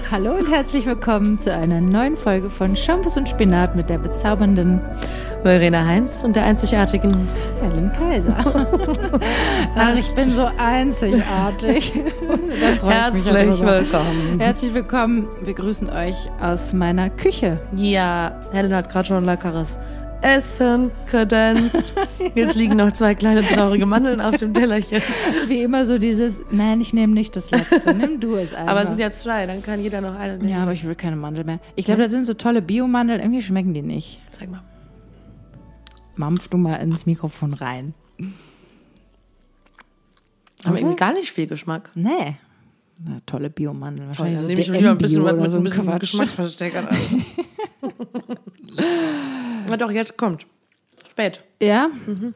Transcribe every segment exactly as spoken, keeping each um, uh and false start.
Hallo und herzlich willkommen zu einer neuen Folge von Shampoos und Spinat mit der bezaubernden Verena Heinz und der einzigartigen Helen Kaiser. Ach, ich bin so einzigartig. Da freue ich mich Herzlich darüber. willkommen. Herzlich willkommen. Wir grüßen euch aus meiner Küche. Ja, Helen hat gerade schon leckeres Essen kredenzt. Jetzt liegen noch zwei kleine traurige Mandeln auf dem Tellerchen. Wie immer so dieses, nein, ich nehme nicht das Letzte, nimm du es einfach. Aber es sind ja zwei, dann kann jeder noch eine nehmen. Ja, aber ich will keine Mandel mehr. Ich glaube, das sind so tolle Biomandeln, irgendwie schmecken die nicht. Zeig mal. Mampf du mal ins Mikrofon rein. Haben irgendwie gar nicht viel Geschmack. Nee. Na, tolle Biomandeln. Toll, Wahrscheinlich dann so nehme ich schon lieber ein bisschen D M-Bio was mit oder so ein bisschen Quatsch. Geschmacksversteckern an. Na doch, jetzt kommt. Spät. Ja? Mhm.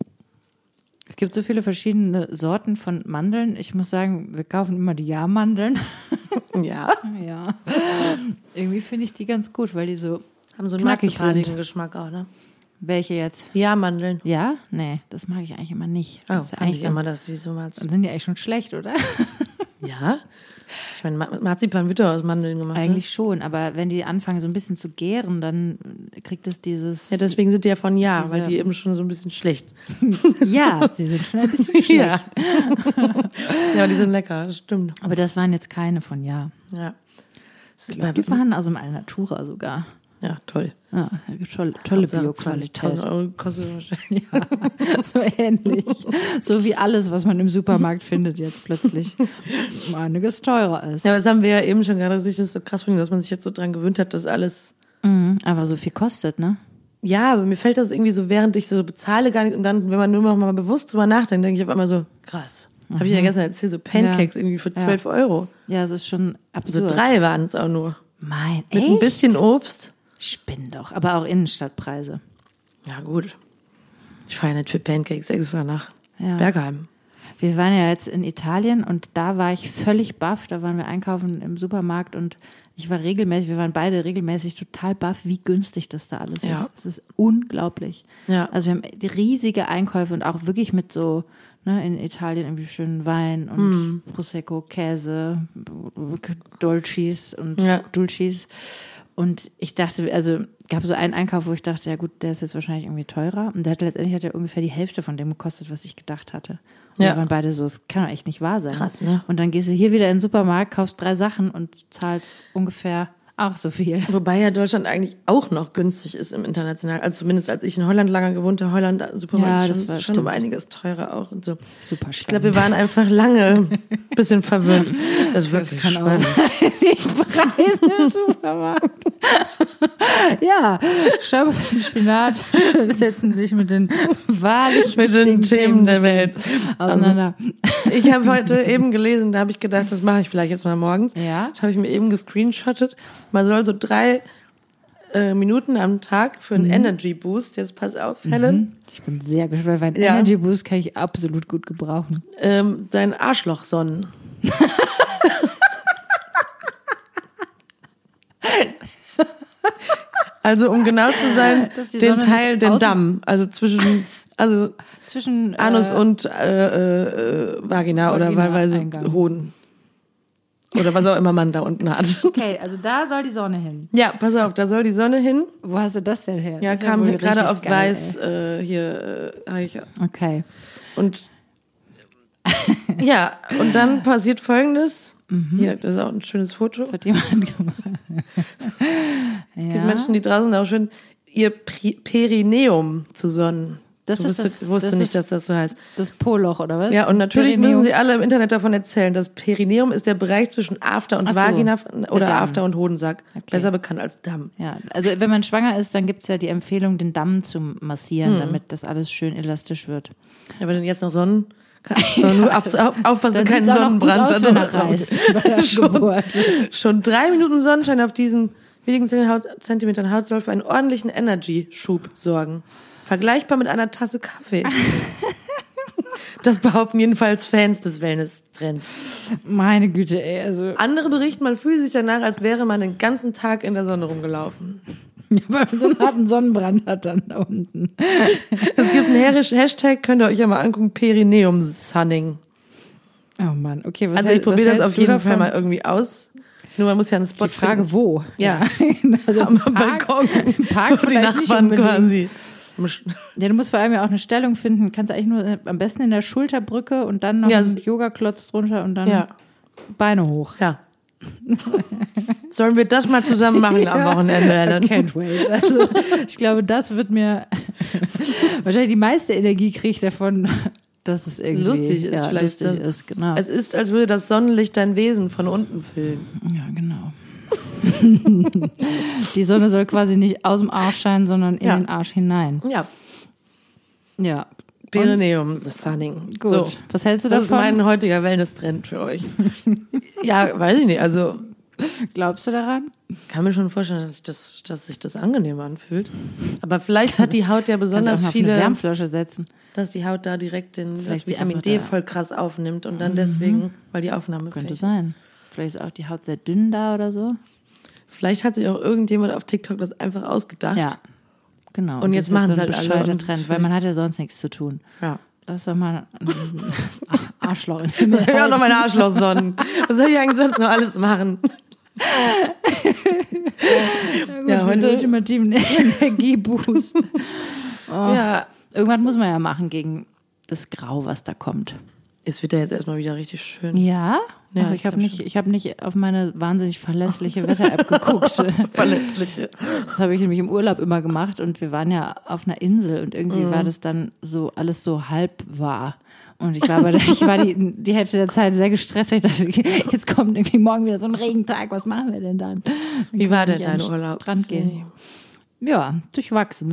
Es gibt so viele verschiedene Sorten von Mandeln. Ich muss sagen, wir kaufen immer die Ja-Mandeln. Ja. Ja. Irgendwie finde ich die ganz gut, weil die so Haben so einen knackig marzipanigen sind. Geschmack auch, ne? Welche jetzt? Ja, Mandeln. Ja? Nee, das mag ich eigentlich immer nicht. Oh, Das ist fand eigentlich ich dann, immer, dass die so mal... dann sind die eigentlich schon schlecht, oder? Ja? Ich meine, Marzipan wird doch aus Mandeln gemacht. Eigentlich schon, aber wenn die anfangen so ein bisschen zu gären, dann kriegt es dieses... Ja, deswegen sind die ja von Ja, Diese- weil die eben schon so ein bisschen schlecht. Ja, sie sind schon ein bisschen schlecht. Ja. Ja, die sind lecker, das stimmt. Aber das waren jetzt keine von Ja. Ja. Das Ich ist glaube, bei, die waren aus dem Alnatura sogar. ja, toll. Ja, tolle, tolle Hauptsache zwanzigtausend Bioqualität. Euro kostet wahrscheinlich. Ja, so ähnlich. So wie alles, was man im Supermarkt findet, jetzt plötzlich um einiges teurer ist. Ja, aber das haben wir ja eben schon gerade, dass ich das so krass finde, dass man sich jetzt so dran gewöhnt hat, dass alles... Mhm, aber so viel kostet, ne? Ja, aber mir fällt das irgendwie so, während ich so bezahle, gar nicht. Und dann, wenn man nur noch mal bewusst drüber nachdenkt, denke ich auf einmal so, krass. Habe ich ja gestern erzählt, so Pancakes Ja. irgendwie für Ja. zwölf Euro. Ja, es ist schon So absurd. drei waren es auch nur. Mein, Mit echt? ein bisschen Obst. Spinn doch. Aber auch Innenstadtpreise. Ja, gut. Ich fahre ja nicht für Pancakes extra nach Ja. Bergheim. Wir waren ja jetzt in Italien und da war ich völlig baff. Da waren wir einkaufen im Supermarkt und ich war regelmäßig, wir waren beide regelmäßig total baff, wie günstig das da alles Ja. ist. Es ist unglaublich. Ja. Also wir haben riesige Einkäufe und auch wirklich mit so, ne, in Italien irgendwie schönen Wein und Hm. Prosecco, Käse, Dolcis und Ja. Dulcis. Und ich dachte, also gab so einen Einkauf, wo ich dachte, ja gut, der ist jetzt wahrscheinlich irgendwie teurer. Und der hat letztendlich hat er ungefähr die Hälfte von dem gekostet, was ich gedacht hatte. Und Ja. wir waren beide so, es kann doch echt nicht wahr sein. Krass, ne? Und dann gehst du hier wieder in den Supermarkt, kaufst drei Sachen und zahlst ungefähr auch so viel. Wobei ja Deutschland eigentlich auch noch günstig ist im International. Also zumindest als ich in Holland lange gewohnt habe, Holland Supermarkt Ja, ist das schon, war- schon um stimmt. einiges teurer auch und so. Super Ich glaube, wir waren einfach lange ein bisschen verwirrt. Das ist wirklich kann auch spannend. Die Preise im Supermarkt. Ja, Shampoos und Spinat setzen sich mit den wahrlich Mit den wichtigen Themen der Welt. auseinander. Ich habe heute eben gelesen, da habe ich gedacht, das mache ich vielleicht jetzt mal morgens. Ja. Das habe ich mir eben gescreenshottet. Man soll so drei äh, Minuten am Tag für einen Mhm. Energy Boost, jetzt pass auf, Helen, Ich bin sehr gespannt, weil einen Ja. Energy Boost kann ich absolut gut gebrauchen. ähm, sein Arschloch sonnen. Also um genau zu sein, Dass die den Sonne Teil, nicht den außen- Damm, also zwischen, also Zwischen Anus äh, und äh, äh, Vagina oder Vagina- wahlweise Eingang. Hoden. Oder was auch immer man da unten hat. Okay, also da soll die Sonne hin. Ja, pass auf, da soll die Sonne hin. Wo hast du das denn her? Ja, Ist kam wohl hier gerade richtig auf geil, weiß äh, hier. Äh, hab ich, ey. Okay. und ja, und dann passiert Folgendes. Hier, das ist auch ein schönes Foto. Das hat jemand gemacht. Es gibt Menschen, die draußen auch schön ihr Pri- Perineum zu sonnen. Das so, ist wusste, das- wusste das nicht, ist- dass das so heißt. Das Po-Loch, oder was? Ja, und natürlich Perineum. müssen sie alle im Internet davon erzählen. Das Perineum ist der Bereich zwischen After und Ach so, Vagina oder Damm. After und Hodensack. Okay. Besser bekannt als Damm. Ja, also wenn man schwanger ist, dann gibt's ja die Empfehlung, den Damm zu massieren, Hm. damit das alles schön elastisch wird. Ja, wenn du jetzt noch Sonnen... Kann, sondern nur ab, auf, aufpassen, Dann keinen sieht's auch noch gut Sonnenbrand. aus, dann wenn er reißt bei der Schon. Geburt. Schon drei Minuten Sonnenschein auf diesen wenigen Zentimetern Haut soll für einen ordentlichen Energy-Schub sorgen. Vergleichbar mit einer Tasse Kaffee. Das behaupten jedenfalls Fans des Wellness-Trends. Meine Güte, ey, also Andere berichten, man fühlt sich danach, als wäre man den ganzen Tag in der Sonne rumgelaufen. ja, weil man so einen harten Sonnenbrand hat dann da unten. Es gibt einen Hashtag, könnt ihr euch ja mal angucken, Perineum Sunning. Oh Mann, okay, was Also hält- ich probiere was das hältst auf du jeden davon? Fall mal irgendwie aus. Nur man muss ja einen Spot Die Frage, finden. wo? Ja, also am im Park, Balkon, im Park wo die vielleicht nicht Nachbarn unbedingt. quasi. Ja, du musst vor allem ja auch eine Stellung finden. Kannst du eigentlich nur am besten in der Schulterbrücke und dann noch Ja, einen Yogaklotz drunter und dann Ja, Beine hoch. ja. Sollen wir das mal zusammen machen am Wochenende, Ellen? Can't wait. Also ich glaube, das wird mir wahrscheinlich die meiste Energie kriege ich davon, dass es irgendwie Lustig ist ja, vielleicht lustig das- ist. Genau. Es ist, als würde das Sonnenlicht dein Wesen von unten füllen. Ja, genau. Die Sonne soll quasi nicht aus dem Arsch scheinen, sondern in Ja. den Arsch hinein. Ja, Ja. Perineum, the sunning. Gut. So. Was hältst du Das ist davon? mein heutiger Wellness-Trend für euch. Ja, weiß ich nicht. Also Glaubst du daran? kann mir schon vorstellen, dass sich das, dass sich das angenehm anfühlt. Aber vielleicht hat die Haut ja Kannst du auch besonders mal auf eine viele, Wärmflasche setzen. dass die Haut da direkt den, das Vielleicht die Vitamin einfach D da- voll krass aufnimmt und dann deswegen, weil die Aufnahme Könnte fällt. sein. Vielleicht ist auch die Haut sehr dünn da oder so. Vielleicht hat sich auch irgendjemand auf TikTok das einfach ausgedacht. Ja, genau. Und das jetzt ist machen so es ein halt alle bescheuerter und es Trend, ist weil man hat ja sonst nichts zu tun. Ja. Lass doch mal das Arschloch in den Himmel Ja, halten. noch meine Arschlochsonnen. Was soll ich eigentlich sonst noch alles machen? Ja, Ja, heute heute- den ultimativen Energieboost. Oh. Ja. Irgendwas muss man ja machen gegen das Grau, was da kommt. Es wird ja jetzt erstmal wieder richtig schön. Ja? Ja, Aber ich ich habe glaub nicht, ich hab nicht auf meine wahnsinnig verlässliche Wetter-App geguckt. Verletzliche. Das habe ich nämlich im Urlaub immer gemacht und wir waren ja auf einer Insel und irgendwie Mhm. war das dann so alles so halb wahr. Und ich war aber, ich war die, die Hälfte der Zeit sehr gestresst, weil ich dachte, jetzt kommt irgendwie morgen wieder so ein Regentag, was machen wir denn dann? Dann Wie kann war ich denn nicht an dein den Urlaub? Strand gehen. Ja, durchwachsen.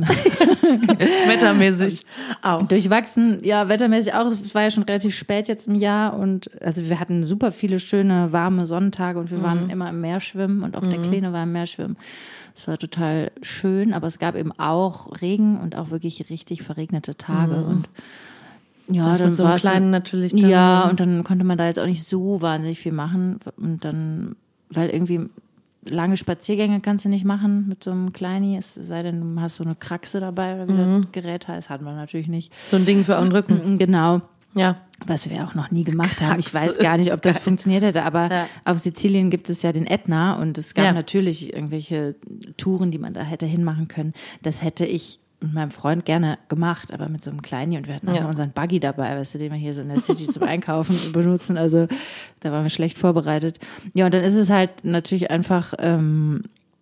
Wettermäßig auch. Durchwachsen, ja, wettermäßig auch. Es war ja schon relativ spät jetzt im Jahr und also wir hatten super viele schöne, warme Sonnentage und wir waren immer im Meer schwimmen und auch der Kleine war im Meer schwimmen. Es war total schön, aber es gab eben auch Regen und auch wirklich richtig verregnete Tage und ja, Das dann mit so einem war es kleinen natürlich dann, ja, ne? und dann konnte man da jetzt auch nicht so wahnsinnig viel machen und dann, weil irgendwie lange Spaziergänge kannst du nicht machen mit so einem Kleini, es sei denn, du hast so eine Kraxe dabei oder wie Mhm. das Gerät heißt, hatten wir natürlich nicht. So ein Ding für euren Rücken. Genau. Ja. Was wir auch noch nie gemacht haben. Ich Kraxe. weiß gar nicht, ob das funktioniert hätte, aber Ja. auf Sizilien gibt es ja den Ätna und es gab Ja. natürlich irgendwelche Touren, die man da hätte hinmachen können. Das hätte ich mit meinem Freund gerne gemacht, aber mit so einem Kleini und wir hatten auch Ja. noch unseren Buggy dabei, weißt du, den wir hier so in der City zum Einkaufen benutzen. Also da waren wir schlecht vorbereitet. Ja, und dann ist es halt natürlich einfach, ähm,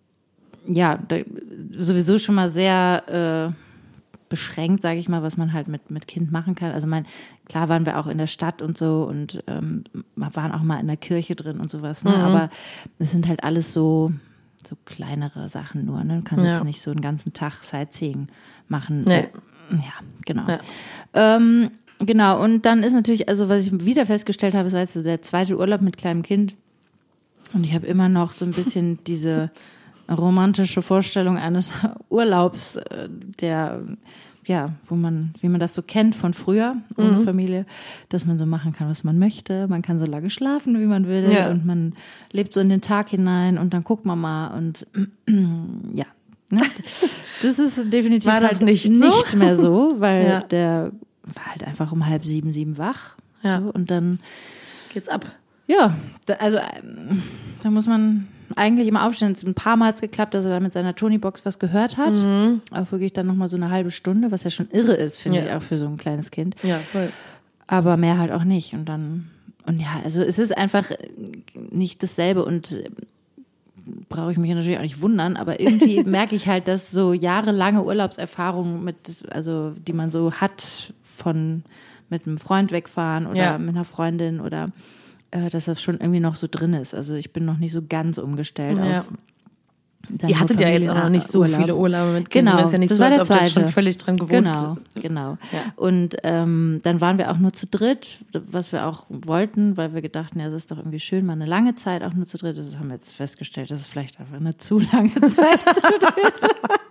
ja, da, sowieso schon mal sehr äh, beschränkt, sage ich mal, was man halt mit, mit Kind machen kann. Also mein, klar waren wir auch in der Stadt und so und ähm, waren auch mal in der Kirche drin und sowas, ne? Mhm. Aber das sind halt alles so, so kleinere Sachen nur, ne? Du kannst Ja. jetzt nicht so einen ganzen Tag Sightseeing machen. Nee. Äh, ja, genau. Ja. Ähm, genau, und dann ist natürlich, also was ich wieder festgestellt habe, es war jetzt so der zweite Urlaub mit kleinem Kind und ich habe immer noch so ein bisschen diese romantische Vorstellung eines Urlaubs, äh, der, ja, wo man, wie man das so kennt von früher, ohne Mhm. Familie, dass man so machen kann, was man möchte. Man kann so lange schlafen, wie man will Ja. und man lebt so in den Tag hinein und dann guckt man mal und ja. Ne? Das ist definitiv War das halt nicht nicht, so? mehr so, weil Ja. der war halt einfach um halb sieben, sieben wach. Ja. So, und dann Geht's ab. ja, da, also ähm, da muss man eigentlich immer aufstehen. Es ein paar Mal hat's geklappt, dass er da mit seiner Tony-Box was gehört hat. Auch wirklich dann nochmal so eine halbe Stunde, was ja schon irre ist, finde Ja. ich, auch für so ein kleines Kind. Ja, voll. Aber mehr halt auch nicht. Und dann, und ja, also es ist einfach nicht dasselbe und äh, brauche ich mich natürlich auch nicht wundern, aber irgendwie merke ich halt, dass so jahrelange Urlaubserfahrungen mit, also die man so hat von mit einem Freund wegfahren oder Ja. mit einer Freundin oder äh, dass das schon irgendwie noch so drin ist. Also ich bin noch nicht so ganz umgestellt Ja. auf dann Ihr nur hattet ja jetzt auch noch nicht so Familienurlaub. viele Urlaube mit Kindern. Genau, Das ist ja nicht das so, war als der ob das schon zweite. völlig dran gewohnt Genau, ist. genau. Ja. Und ähm, dann waren wir auch nur zu dritt, was wir auch wollten, weil wir gedachten, ja, es ist doch irgendwie schön, mal eine lange Zeit auch nur zu dritt. Das haben wir jetzt festgestellt, das ist vielleicht einfach eine zu lange Zeit zu dritt.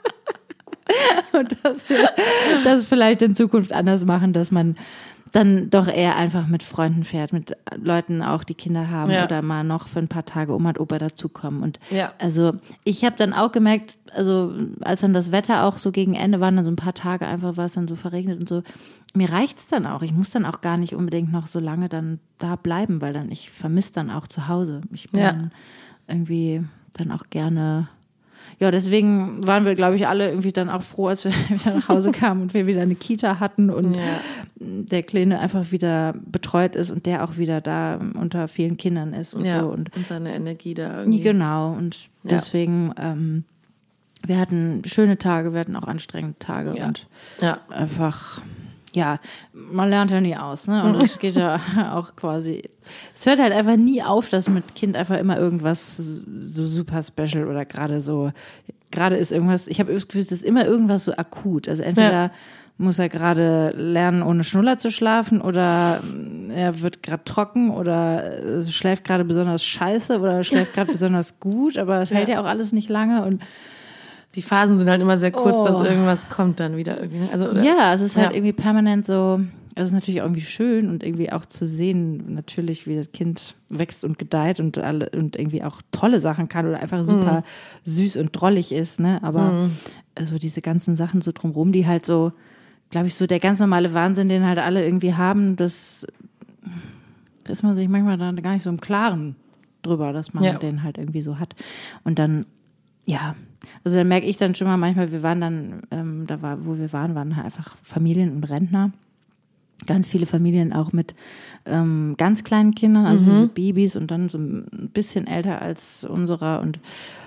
Und dass wir das vielleicht in Zukunft anders machen, dass man dann doch eher einfach mit Freunden fährt, mit Leuten auch, die Kinder haben Ja. oder mal noch für ein paar Tage Oma und Opa dazukommen. Und Ja. also ich habe dann auch gemerkt, also als dann das Wetter auch so gegen Ende waren, dann so ein paar Tage einfach war es dann so verregnet und so, mir reicht's dann auch. Ich muss dann auch gar nicht unbedingt noch so lange dann da bleiben, weil dann ich vermisse dann auch zu Hause. Ich bin Ja. dann irgendwie dann auch gerne, ja, deswegen waren wir, glaube ich, alle irgendwie dann auch froh, als wir wieder nach Hause kamen und wir wieder eine Kita hatten und ja. der Kleine einfach wieder betreut ist und der auch wieder da unter vielen Kindern ist und ja, so. Und, und seine Energie da irgendwie. Genau, und ja. deswegen, ähm, wir hatten schöne Tage, wir hatten auch anstrengende Tage ja. und ja. einfach, ja, man lernt ja nie aus, ne? Und es geht ja auch quasi, es hört halt einfach nie auf, dass mit Kind einfach immer irgendwas so super special oder gerade so, gerade ist irgendwas, ich habe das Gefühl, es ist immer irgendwas so akut. Also entweder ja. muss er gerade lernen, ohne Schnuller zu schlafen oder er wird gerade trocken oder schläft gerade besonders scheiße oder schläft gerade besonders gut, aber es ja. hält ja auch alles nicht lange und die Phasen sind halt immer sehr kurz, oh. dass irgendwas kommt dann wieder irgendwie. Also, oder? Ja, es ist halt ja. irgendwie permanent so, es ist natürlich auch irgendwie schön und irgendwie auch zu sehen, natürlich, wie das Kind wächst und gedeiht und alle und irgendwie auch tolle Sachen kann oder einfach super mm. süß und drollig ist, ne? Aber mm. also diese ganzen Sachen so drumrum, die halt so, glaube ich, so der ganz normale Wahnsinn, den halt alle irgendwie haben, das, da ist man sich manchmal dann gar nicht so im Klaren drüber, dass man ja. den halt irgendwie so hat. Und dann, ja, also da merke ich dann schon mal manchmal, wir waren dann, ähm, da war, wo wir waren, waren halt einfach Familien und Rentner. Ganz viele Familien auch mit ähm, ganz kleinen Kindern, also mhm. so Babys und dann so ein bisschen älter als unserer und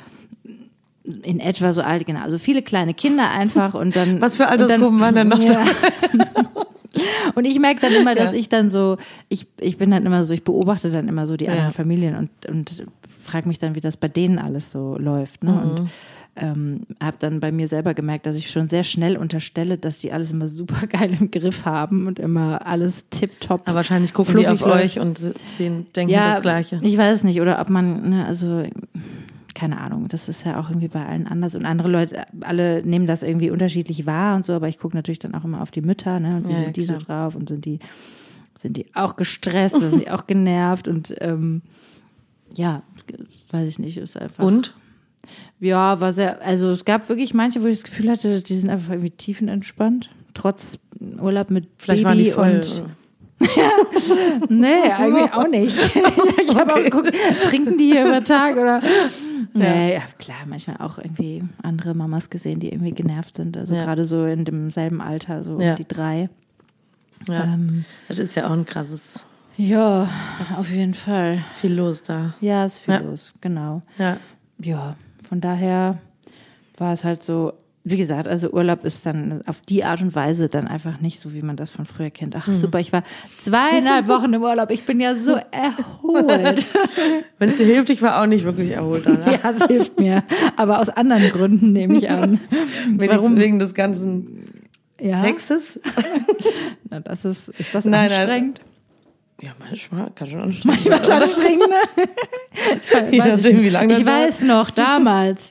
in etwa so alt, genau. Also viele kleine Kinder einfach und dann. Was für Altersgruppen waren denn noch ja. da? Und ich merke dann immer, dass ja. ich dann so, ich, ich bin dann immer so, ich beobachte dann immer so die anderen ja. Familien und, und frage mich dann, wie das bei denen alles so läuft. Ne? Mhm. Und ähm, habe dann bei mir selber gemerkt, dass ich schon sehr schnell unterstelle, dass die alles immer super geil im Griff haben und immer alles tipptopp. Aber wahrscheinlich gucken die auf läuft. euch und sehen, denken ja, das Gleiche. Ich weiß es nicht. Oder ob man, ne, also keine Ahnung, das ist ja auch irgendwie bei allen anders und andere Leute, alle nehmen das irgendwie unterschiedlich wahr und so, aber ich gucke natürlich dann auch immer auf die Mütter, ne, und wie ja, sind die klar. so drauf und sind die, sind die auch gestresst oder sind die auch genervt und ähm, ja, weiß ich nicht, ist einfach. Und? Ja, war sehr, also es gab wirklich manche, wo ich das Gefühl hatte, die sind einfach irgendwie tiefenentspannt, trotz Urlaub mit Vielleicht Baby waren die voll, und ja, nee, eigentlich auch nicht. Ich habe okay. auch geguckt, trinken die hier über Tag oder nee, ja, klar, manchmal auch irgendwie andere Mamas gesehen, die irgendwie genervt sind, also ja. gerade so in demselben Alter, so ja. um die drei. Ja, ähm, das ist ja auch ein krasses. Ja, auf jeden Fall. Viel los da. Ja, ist viel ja. los, genau. Ja. Ja, von daher war es halt so, wie gesagt, also Urlaub ist dann auf die Art und Weise dann einfach nicht so, wie man das von früher kennt. Ach super, ich war zweieinhalb Wochen im Urlaub, ich bin ja so erholt. Wenn es dir hilft, ich war auch nicht wirklich erholt danach. Ja, es hilft mir, aber aus anderen Gründen nehme ich an. Warum? Wegen des ganzen ja? Sexes? Na, das ist, ist das nein, anstrengend? Nein. Ja, manchmal kann schon anstrengend sein. Manchmal ist es anstrengend, ne? Je nachdem, wie lange Ich weiß noch, damals.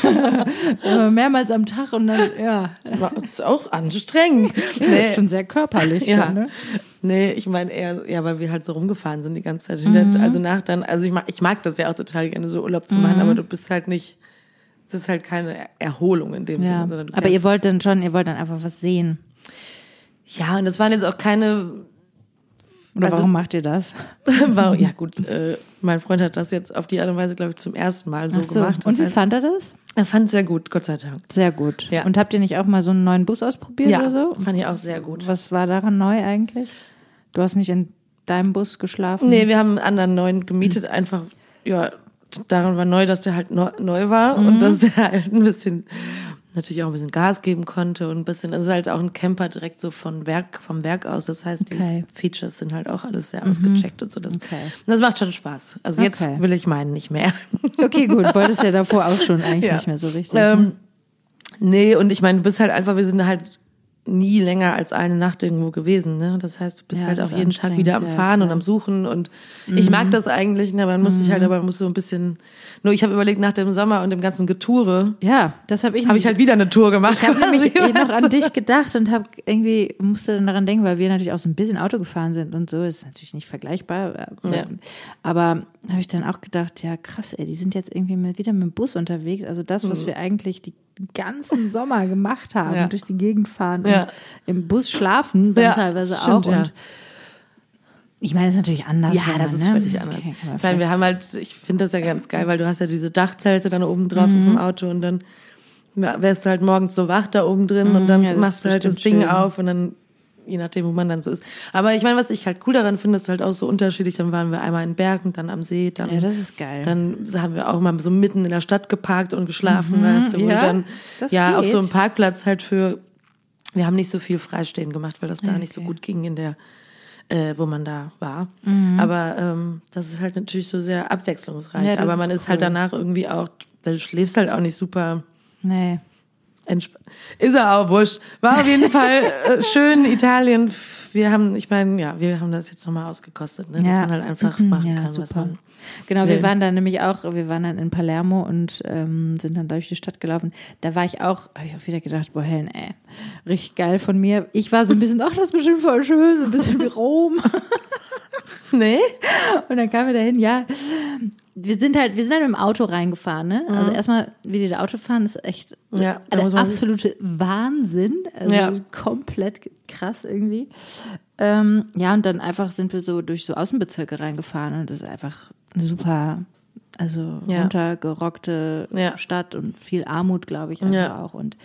Mehrmals am Tag und dann, ja. Das ist auch anstrengend. Nee. Das ist schon sehr körperlich. Ja. Dann, ne? Nee, ich meine eher, ja, weil wir halt so rumgefahren sind die ganze Zeit. Mhm. Also nach dann, also ich mag, ich mag das ja auch total gerne, so Urlaub zu machen, mhm. aber du bist halt nicht, es ist halt keine Erholung in dem ja. Sinne. Sondern du aber ihr wollt dann schon, ihr wollt dann einfach was sehen. Ja, und das waren jetzt auch keine... Oder also, warum macht ihr das? War, ja gut, äh, mein Freund hat das jetzt auf die Art und Weise, glaube ich, zum ersten Mal so, so. gemacht. Und wie heißt, fand er das? Er fand es sehr gut, Gott sei Dank. Sehr gut. Ja. Und habt ihr nicht auch mal so einen neuen Bus ausprobiert ja, oder so? Fand ich auch sehr gut. Was war daran neu eigentlich? Du hast nicht in deinem Bus geschlafen? Nee, wir haben einen anderen neuen gemietet, mhm. einfach, ja, daran war neu, dass der halt neu, neu war mhm. und dass der halt ein bisschen... natürlich auch ein bisschen Gas geben konnte und ein bisschen, es ist halt auch ein Camper direkt so von Werk, vom Werk aus, das heißt, okay. die Features sind halt auch alles sehr mhm. ausgecheckt und so. Das, okay. das macht schon Spaß. Also jetzt okay. will ich meinen nicht mehr. Okay, gut, wolltest ja davor auch schon eigentlich ja. nicht mehr so richtig. Ähm, ne? Nee, und ich meine, du bist halt einfach, wir sind halt nie länger als eine Nacht irgendwo gewesen, ne? Das heißt, du bist ja, halt auch jeden Tag wieder am Fahren ja, und am Suchen und mhm. ich mag das eigentlich, ne? Man muss sich halt, aber man muss so ein bisschen, nur ich habe überlegt, nach dem Sommer und dem ganzen Getoure. Ja, das habe ich Habe ich halt wieder eine Tour gemacht. Ich habe nämlich eh noch an dich gedacht und habe irgendwie, musste dann daran denken, weil wir natürlich auch so ein bisschen Auto gefahren sind und so, ist natürlich nicht vergleichbar. Ja. Aber habe ich dann auch gedacht, ja krass, ey, die sind jetzt irgendwie mal wieder mit dem Bus unterwegs. Also das, was mhm. wir eigentlich die ganzen Sommer gemacht haben, ja. durch die Gegend fahren ja. und im Bus schlafen, dann ja, teilweise stimmt, auch. Ja. Und Ich meine, das ist natürlich anders. Ja, wenn das man, ist ne? völlig anders. Okay, Ich meine, wir haben halt, ich finde das ja ganz geil, weil du hast ja diese Dachzelte dann oben drauf Mhm. auf dem Auto und dann wärst du halt morgens so wach da oben drin und dann ja, das machst ist du halt das bestimmt Ding schön. auf und dann, je nachdem, wo man dann so ist. Aber ich meine, was ich halt cool daran finde, ist halt auch so unterschiedlich. Dann waren wir einmal in Bergen, dann am See, dann, Ja, das ist geil. dann haben wir auch mal so mitten in der Stadt geparkt und geschlafen, weißt du, wo ja, du dann, das ja, auf geht. so einem Parkplatz halt für, wir haben nicht so viel Freistehen gemacht, weil das da Okay. nicht so gut ging in der, äh, wo man da war. Mhm. Aber ähm, das ist halt natürlich so sehr abwechslungsreich. Ja, das Aber ist man ist cool. halt danach irgendwie auch, weil du schläfst halt auch nicht super Nee. entspannt. Ist er auch wurscht. War auf jeden Fall äh, schön, Italien. Wir haben, ich meine, ja, wir haben das jetzt nochmal ausgekostet, ne? Dass Ja. man halt einfach machen Ja, kann, was super. man Genau, will. wir waren dann nämlich auch, wir waren dann in Palermo und ähm, sind dann durch die Stadt gelaufen. Da war ich auch, habe ich auch wieder gedacht, boah, Helen, ey, richtig geil von mir. Ich war so ein bisschen, ach, das ist bestimmt voll schön, so ein bisschen wie Rom. Nee? Und dann kamen wir dahin, ja. Wir sind halt, wir sind halt mit dem Auto reingefahren, ne? Also erstmal, wie die da Auto fahren, ist echt Ja, da der muss man sich- absolute Wahnsinn. Also Ja. komplett krass irgendwie. Ähm, ja, und dann einfach sind wir so durch so Außenbezirke reingefahren und das ist einfach eine super, also Ja. runtergerockte Ja. Stadt und viel Armut, glaube ich, einfach Ja. auch. Und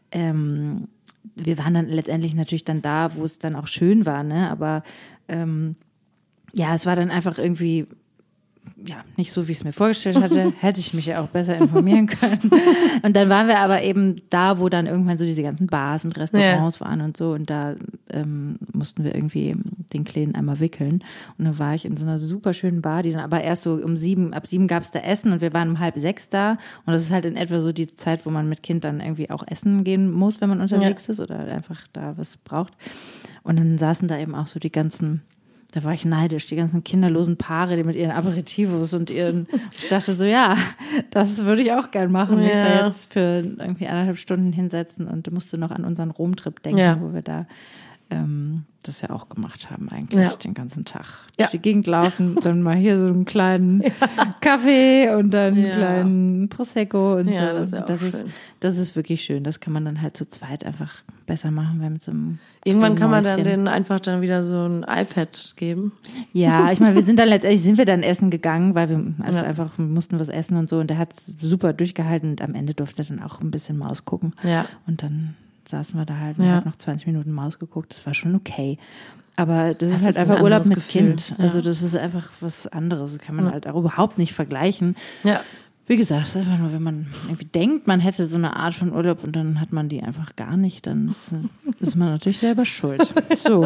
ähm, wir waren dann letztendlich natürlich dann da, wo es dann auch schön war, ne? Aber ähm, ja, es war dann einfach irgendwie ja, nicht so, wie ich es mir vorgestellt hatte. Hätte ich mich ja auch besser informieren können. Und dann waren wir aber eben da, wo dann irgendwann so diese ganzen Bars und Restaurants waren und so. Und da ähm, mussten wir irgendwie den Kleinen einmal wickeln. Und dann war ich in so einer super schönen Bar, die dann aber erst so um sieben, ab sieben gab es da Essen und wir waren um halb sechs da. Und das ist halt in etwa so die Zeit, wo man mit Kind dann irgendwie auch essen gehen muss, wenn man unterwegs Ja. ist oder einfach da was braucht. Und dann saßen da eben auch so die ganzen, da war ich neidisch, die ganzen kinderlosen Paare, die mit ihren Aperitivos und ihren, ich dachte so, ja, das würde ich auch gern machen, mich Ja. da jetzt für irgendwie anderthalb Stunden hinsetzen und musste noch an unseren Rom-Trip denken, Ja. wo wir da ähm, das ja auch gemacht haben eigentlich Ja. den ganzen Tag. Ja. Durch die Gegend laufen, dann mal hier so einen kleinen Kaffee und dann einen Ja. kleinen Prosecco und Ja, so. das ist ja auch das ist schön. das ist wirklich schön. Das kann man dann halt zu zweit einfach besser machen, wenn mit so einem Irgendwann kann man dann Mäuschen. denen einfach dann wieder so ein iPad geben. Ja, ich meine, wir sind dann letztendlich, sind wir dann essen gegangen, weil wir also Ja. einfach, wir mussten was essen und so und der hat super durchgehalten und am Ende durfte er dann auch ein bisschen Maus gucken. Ja. Und dann saßen wir da halt und Ja. hat noch zwanzig Minuten Maus geguckt, das war schon okay. Aber das, Das ist halt ist ein einfach Urlaub anderes mit Gefühl, Kind. Also ja. das ist einfach was anderes. Das kann man Ja. halt auch überhaupt nicht vergleichen. Ja. Wie gesagt, es ist einfach nur, wenn man irgendwie denkt, man hätte so eine Art von Urlaub und dann hat man die einfach gar nicht, dann ist, äh, ist man natürlich selber schuld. So.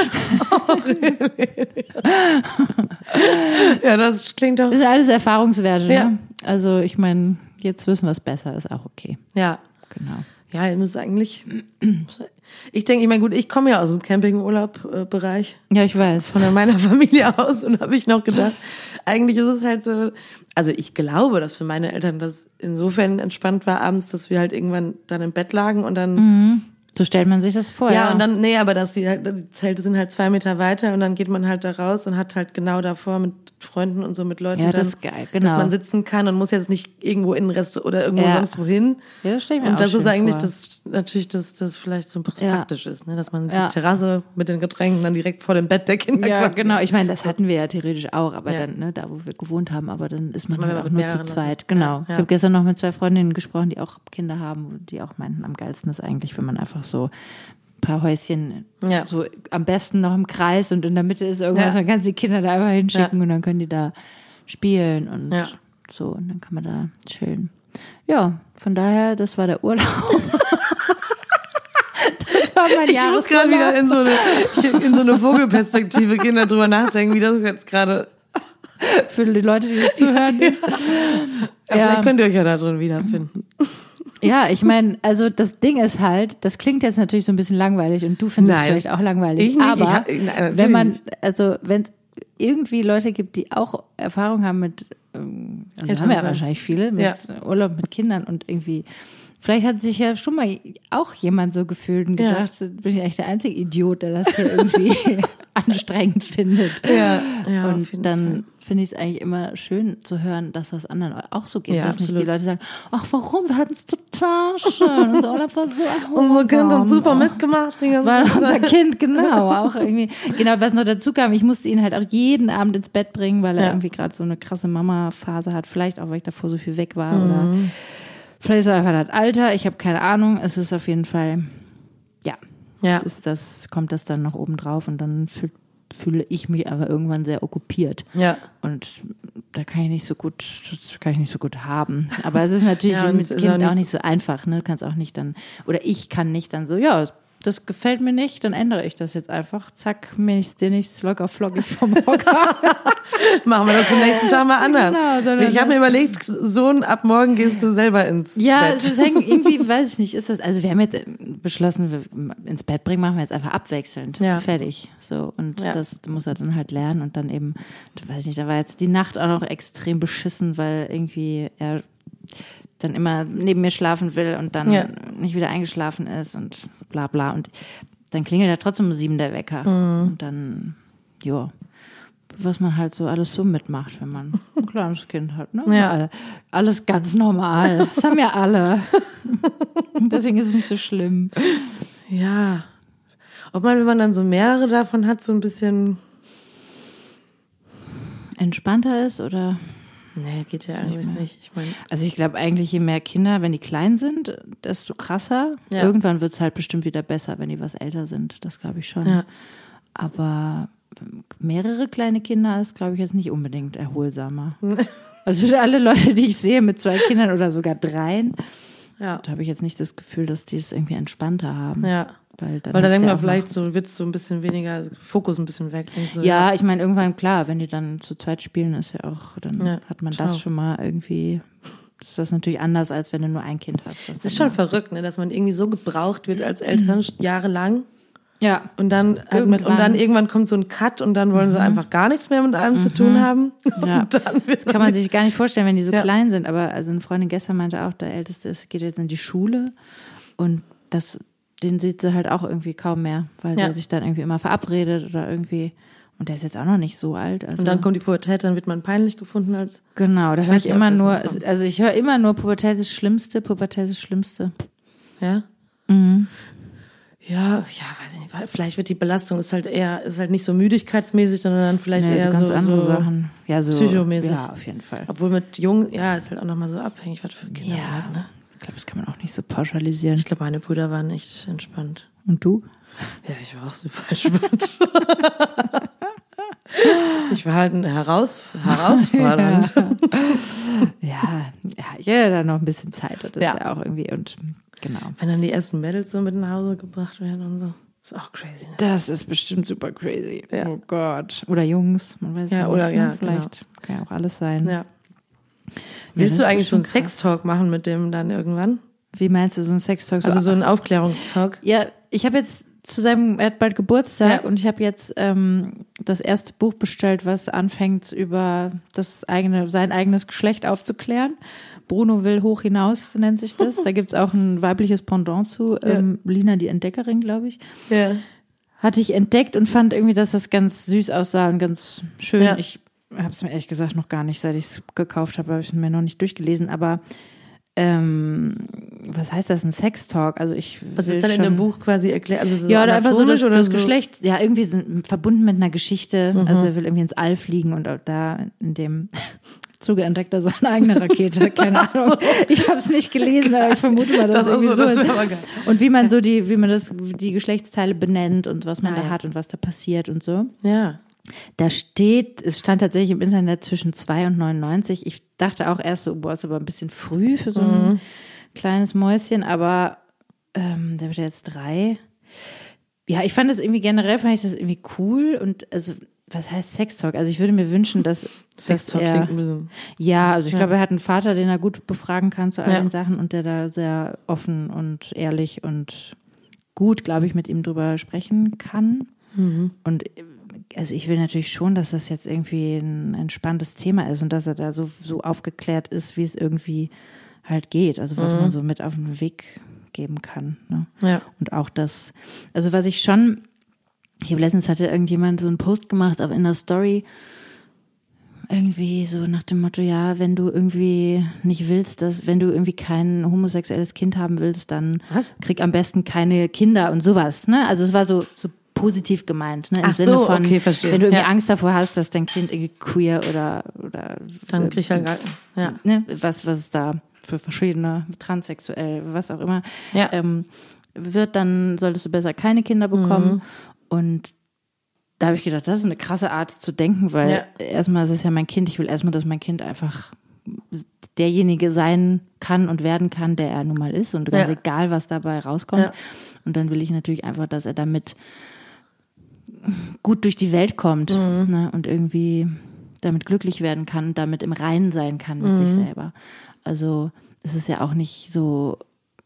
Ja, das klingt doch. Das sind alles Erfahrungswerte. Ja. Ne? Also ich meine, jetzt wissen wir es besser, ist auch okay. Ja. Genau. Ja, ich muss eigentlich. Ich denke, ich meine, gut, ich komme ja aus dem Campingurlaub-Bereich. Ja, ich weiß. Von meiner Familie aus und habe ich noch gedacht, eigentlich ist es halt so, also ich glaube, dass für meine Eltern das insofern entspannt war abends, dass wir halt irgendwann dann im Bett lagen und dann, So stellt man sich das vor. ja, und dann, nee, aber dass die, halt, die Zelte sind halt zwei Meter weiter und dann geht man halt da raus und hat halt genau davor mit Freunden und so mit Leuten Ja, das dann, ist geil, genau. dass man sitzen kann und muss jetzt nicht irgendwo in ein Rest oder irgendwo Ja. sonst wohin. Ja, das stell ich mir Und auch das ist schön eigentlich vor. das, natürlich, dass das vielleicht so Ja. praktisch ist, ne, dass man Ja. die Terrasse mit den Getränken dann direkt vor dem Bett der Kinder Ja, quasi- genau. Ich meine, das hatten wir ja theoretisch auch, aber Ja. dann, ne, da wo wir gewohnt haben, aber dann ist man Wenn man halt auch mit nur zu mehreren zweit. Leuten- Genau. Ja, Ich ja. habe gestern noch mit zwei Freundinnen gesprochen, die auch Kinder haben, die auch meinten, am geilsten ist eigentlich, wenn man einfach so ein paar Häuschen Ja. so am besten noch im Kreis und in der Mitte ist irgendwas, Ja. dann kannst du die Kinder da einfach hinschicken Ja. und dann können die da spielen und Ja. so und dann kann man da chillen. Ja, von daher, das war der Urlaub. Das war mein Ich muss gerade wieder in so eine, ich- in so eine Vogelperspektive gehen, darüber nachdenken, wie das jetzt gerade. für die Leute, die jetzt zuhören. ist. Ja, Ja. Vielleicht könnt ihr euch ja da drin wiederfinden. Ja, ich meine, also das Ding ist halt, das klingt jetzt natürlich so ein bisschen langweilig und du findest es Nein. vielleicht auch langweilig, Ich nicht, aber ich hab- nein, natürlich wenn man, nicht. also wenn es irgendwie Leute gibt, die auch Erfahrung haben mit, ähm, also Eltern haben ja sein. wahrscheinlich viele, mit Ja. Urlaub mit Kindern und irgendwie Vielleicht hat sich ja schon mal auch jemand so gefühlt und gedacht, ja. bin ich eigentlich der einzige Idiot, der das hier irgendwie anstrengend findet. Ja, ja, und dann finde ich es eigentlich immer schön zu hören, dass das anderen auch so geht. Ja, dass absolut. nicht die Leute sagen, ach warum, wir hatten es total schön. Und Olaf war so unser Kind hat super oh. mitgemacht. Die ganze Weil Zeit. unser Kind, genau, auch irgendwie. Genau, was noch dazu kam, ich musste ihn halt auch jeden Abend ins Bett bringen, weil er Ja. irgendwie gerade so eine krasse Mama-Phase hat. Vielleicht auch, weil ich davor so viel weg war Mhm. oder vielleicht ist er einfach das Alter. Ich habe keine Ahnung. Es ist auf jeden Fall, ja, Ja. das, das kommt das dann noch oben drauf und dann fühl, fühle ich mich aber irgendwann sehr okkupiert. Ja. Und da kann ich nicht so gut, das kann ich nicht so gut haben. Aber es ist natürlich Ja, und mit es ist Kind auch nicht auch nicht so einfach. Ne? Du kannst auch nicht dann, oder ich kann nicht dann so, ja, das gefällt mir nicht, dann ändere ich das jetzt einfach. Zack, mir nichts, dir nichts, locker flockig vom Hocker. Machen wir das den nächsten Tag mal anders. Genau, sondern ich habe mir überlegt, Sohn, ab morgen gehst du selber ins Ja, Bett. es ist irgendwie, weiß ich nicht, ist das, also wir haben jetzt beschlossen, wir ins Bett bringen, machen wir jetzt einfach abwechselnd. Ja. Fertig. So. Und Ja. das muss er dann halt lernen und dann eben, weiß ich nicht, da war jetzt die Nacht auch noch extrem beschissen, weil irgendwie er dann immer neben mir schlafen will und dann Ja. nicht wieder eingeschlafen ist und bla bla. Und dann klingelt ja trotzdem um sieben der Wecker. Mhm. Und dann, ja, was man halt so alles so mitmacht, wenn man ein kleines Kind hat. Ne? Ja. Alle- Alles ganz normal. Das haben ja alle. Deswegen ist es nicht so schlimm. Ja. Ob man, wenn man dann so mehrere davon hat, so ein bisschen, Entspannter ist oder? nee, geht ja Ist nicht eigentlich mehr. nicht. Ich meine, Also ich glaube eigentlich, je mehr Kinder, wenn die klein sind, desto krasser. Ja. Irgendwann wird es halt bestimmt wieder besser, wenn die was älter sind. Das glaube ich schon. Ja. Aber mehrere kleine Kinder ist, glaube ich, jetzt nicht unbedingt erholsamer. Also für alle Leute, die ich sehe mit zwei Kindern oder sogar dreien, ja. da habe ich jetzt nicht das Gefühl, dass die es irgendwie entspannter haben. Ja. Weil dann Weil da hast denkt du man auch vielleicht so, wird es so ein bisschen weniger, Fokus ein bisschen weg. Nicht so, noch, ja, ich meine, irgendwann, klar, wenn die dann zu zweit spielen, ist ja auch, dann Ja, hat man ciao. das schon mal irgendwie, ist das natürlich anders, als wenn du nur ein Kind hast. Es ist schon verrückt, ne, dass man irgendwie so gebraucht wird als Eltern jahrelang. Ja. Und dann, hat man, Irgendwann. und dann irgendwann kommt so ein Cut und dann wollen sie einfach gar nichts mehr mit einem zu tun haben. Ja. Und dann wird Das kann man sich gar nicht vorstellen, wenn die so Ja. klein sind. Aber also eine Freundin gestern meinte auch, der Älteste ist, geht jetzt in die Schule und das, den sieht sie halt auch irgendwie kaum mehr, weil Ja. der sich dann irgendwie immer verabredet oder irgendwie, und der ist jetzt auch noch nicht so alt. Also Und dann kommt die Pubertät, dann wird man peinlich gefunden als, genau, da Ich höre weiß ich nicht, ob immer das nur, noch kommt. also ich höre immer nur Pubertät ist das Schlimmste, Pubertät ist das Schlimmste. ja. Mhm. Ja, ja, weiß ich nicht. weil Vielleicht wird die Belastung ist halt eher, ist halt nicht so müdigkeitsmäßig, sondern dann vielleicht Nee, eher so ganz so, andere so Sachen. Ja, so, psychomäßig. Ja, auf jeden Fall. Obwohl mit jung, ja, ist halt auch nochmal so abhängig, was für Kinder man Ja, hat, ne? ich glaube, das kann man auch nicht so pauschalisieren. Ich glaube, meine Brüder waren echt entspannt. Und du? Ja, ich war auch super entspannt. Ich war halt ein heraus, herausfordernd. Ja, ja, ja, da noch ein bisschen Zeit. Das ist Ja. ja auch irgendwie, und genau. Wenn dann die ersten Mädels so mit nach Hause gebracht werden und so. Ist auch crazy, ne? Das ist bestimmt super crazy. Ja. Oh Gott. Oder Jungs, man weiß Ja, nicht, oder- ne? ja, Vielleicht kann ja auch alles sein. Ja. das Willst du ist eigentlich so einen bestimmt krass. Sextalk machen mit dem dann irgendwann? Wie meinst du, so ein Sextalk? Also so einen Aufklärungstalk? Ja, ich habe jetzt zu seinem, er hat bald Geburtstag Ja. und ich habe jetzt ähm, das erste Buch bestellt, was anfängt, über das eigene, sein eigenes Geschlecht aufzuklären. Bruno will hoch hinaus, so nennt sich das. Da gibt's auch ein weibliches Pendant zu, ähm, Lina die Entdeckerin, glaube ich. Ja. Hatte ich entdeckt und fand irgendwie, dass das ganz süß aussah und ganz schön. Ja. Ich habe es mir ehrlich gesagt noch gar nicht, seit ich es gekauft habe, habe ich es mir noch nicht durchgelesen. Aber ähm, was heißt das, ein Sextalk? Also ich Was will ist dann in schon, dem Buch quasi erklärt? Also so ja, oder einfach so das, anatomisch oder das so? Geschlecht, ja, irgendwie so verbunden mit einer Geschichte. Mhm. Also er will irgendwie ins All fliegen und auch da in dem Zuge entdeckt er seine eigene Rakete. Keine Ahnung. Ich habe es nicht gelesen, aber ich vermute mal, dass Das ist irgendwie so, so das ist. wäre aber geil. Und wie man so die, wie man das, die Geschlechtsteile benennt und was man Ah, da ja. hat und was da passiert und so. Ja. Da steht, es stand tatsächlich im Internet zwischen zwei und neunundneunzig. Ich dachte auch erst so, boah, ist aber ein bisschen früh für so ein Mhm. kleines Mäuschen, aber ähm, der wird ja jetzt drei. Ja, ich fand das irgendwie generell, fand ich das irgendwie cool und also, was heißt Sextalk? Also ich würde mir wünschen, dass, Sextalk dass er, klingt ein bisschen. ja, also ich Ja. glaube, er hat einen Vater, den er gut befragen kann zu all Ja. den Sachen und der da sehr offen und ehrlich und gut, glaube ich, mit ihm drüber sprechen kann. Mhm. Und also ich will natürlich schon, dass das jetzt irgendwie ein entspanntes Thema ist und dass er da so, so aufgeklärt ist, wie es irgendwie halt geht, also was Mhm. man so mit auf den Weg geben kann. Ne? Ja. Und auch das, also was ich schon, ich habe letztens hatte irgendjemand so einen Post gemacht auf in der Story, irgendwie so nach dem Motto, ja, wenn du irgendwie nicht willst, dass, wenn du irgendwie kein homosexuelles Kind haben willst, dann Was? krieg am besten keine Kinder und sowas, ne? Also es war so, so positiv gemeint, ne? Im Ach Sinne so, von, okay, verstehe. wenn du irgendwie Ja. Angst davor hast, dass dein Kind irgendwie queer oder, oder, Dann krieg ich halt gar, ja. ne, was, was es da für verschiedene, transsexuell, was auch immer, Ja. ähm, wird, dann solltest du besser keine Kinder bekommen. Mhm. Und da habe ich gedacht, das ist eine krasse Art zu denken, weil Ja. erstmal ist es ja mein Kind, ich will erstmal, dass mein Kind einfach derjenige sein kann und werden kann, der er nun mal ist und ganz Ja. egal, was dabei rauskommt. Ja. Und dann will ich natürlich einfach, dass er damit gut durch die Welt kommt, Mhm. ne, und irgendwie damit glücklich werden kann und damit im Reinen sein kann mit Mhm. sich selber. Also es ist ja auch nicht so,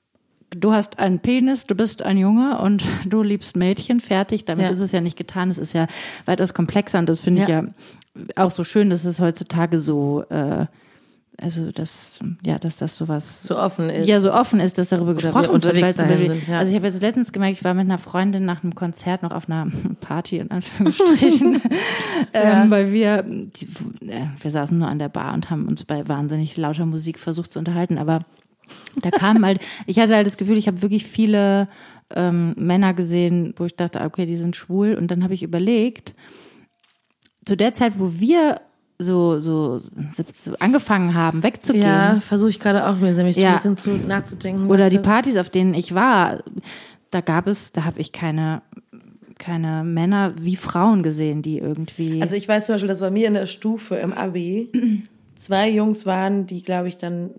du hast einen Penis, du bist ein Junge und du liebst Mädchen, fertig. Damit Ja. ist es ja nicht getan. Es ist ja weitaus komplexer und das finde ich Ja. ja auch so schön, dass es heutzutage so, äh, also dass, ja, dass das sowas So offen ist. ja so offen ist, dass darüber Oder gesprochen wir wird. Weil unterwegs zum dahin Beispiel, sind, ja. Also ich habe jetzt letztens gemerkt, ich war mit einer Freundin nach einem Konzert noch auf einer Party in Anführungsstrichen, Ja. ähm, weil wir, die, äh, wir saßen nur an der Bar und haben uns bei wahnsinnig lauter Musik versucht zu unterhalten, aber da kamen halt, ich hatte halt das Gefühl, ich habe wirklich viele ähm, Männer gesehen, wo ich dachte, okay, die sind schwul. Und dann habe ich überlegt, zu der Zeit, wo wir so, so, so angefangen haben, wegzugehen, Ja, versuche ich gerade auch mir nämlich Ja. ein bisschen zu nachzudenken. oder was die das- Partys, auf denen ich war, da gab es, da habe ich keine, keine Männer wie Frauen gesehen, die irgendwie. Also ich weiß zum Beispiel, dass bei mir in der Stufe im Abi zwei Jungs waren, die, glaube ich, dann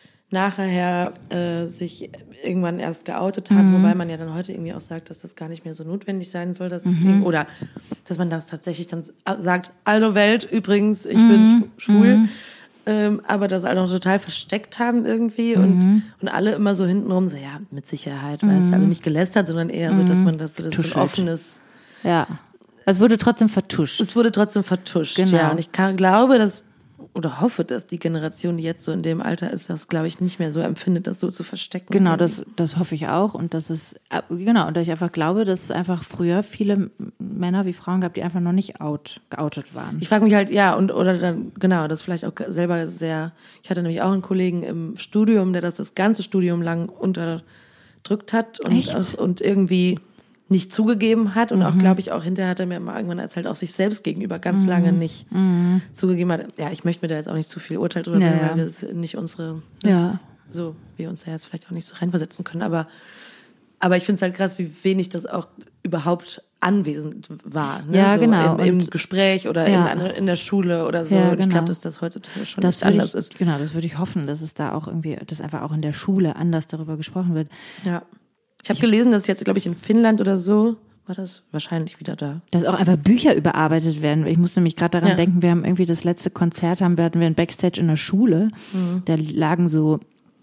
nachher äh, sich irgendwann erst geoutet haben, wobei man ja dann heute irgendwie auch sagt, dass das gar nicht mehr so notwendig sein soll, dass deswegen, oder dass man das tatsächlich dann sagt, hallo Welt, übrigens, ich bin schwul, ähm, aber das alle noch total versteckt haben irgendwie und, und alle immer so hintenrum so, ja, mit Sicherheit, weißt du, also nicht gelästert, sondern eher so, dass man das so, das so ein Tuschelt. offenes, ja. Es wurde trotzdem vertuscht. es wurde trotzdem vertuscht, Genau. ja, und ich kann, glaube, dass oder hoffe, dass die Generation, die jetzt so in dem Alter ist, das, glaube ich, nicht mehr so empfindet, das so zu verstecken. Genau, das, das hoffe ich auch. Und das ist, äh, genau, und dass ich einfach glaube, dass es einfach früher viele Männer wie Frauen gab, die einfach noch nicht out, geoutet waren. Ich frage mich halt, ja, und oder dann, genau, das vielleicht auch selber sehr, ich hatte nämlich auch einen Kollegen im Studium, der das das ganze Studium lang unterdrückt hat und, Echt? auch, und irgendwie nicht zugegeben hat und auch, glaube ich, auch hinterher hat er mir mal irgendwann erzählt, auch sich selbst gegenüber ganz lange nicht zugegeben hat. Ja, ich möchte mir da jetzt auch nicht zu viel Urteil drüber Ja, bringen, ja. weil wir es nicht unsere, Ja. so, wir uns da jetzt vielleicht auch nicht so reinversetzen können, aber, aber ich finde es halt krass, wie wenig das auch überhaupt anwesend war. Ne? Ja, so genau. Im, im Und- Gespräch oder Ja. in, in der Schule oder so. Ja, Und ich genau. glaube, dass das heutzutage schon Das nicht würde anders ich, ist. genau, das würde ich hoffen, dass es da auch irgendwie, dass einfach auch in der Schule anders darüber gesprochen wird. Ja. Ich habe gelesen, dass jetzt, glaube ich, in Finnland oder so, war das wahrscheinlich wieder da. Dass auch einfach Bücher überarbeitet werden. Ich musste mich gerade daran Ja. denken, wir haben irgendwie das letzte Konzert, haben wir hatten wir ein Backstage in der Schule. Mhm. Da lagen so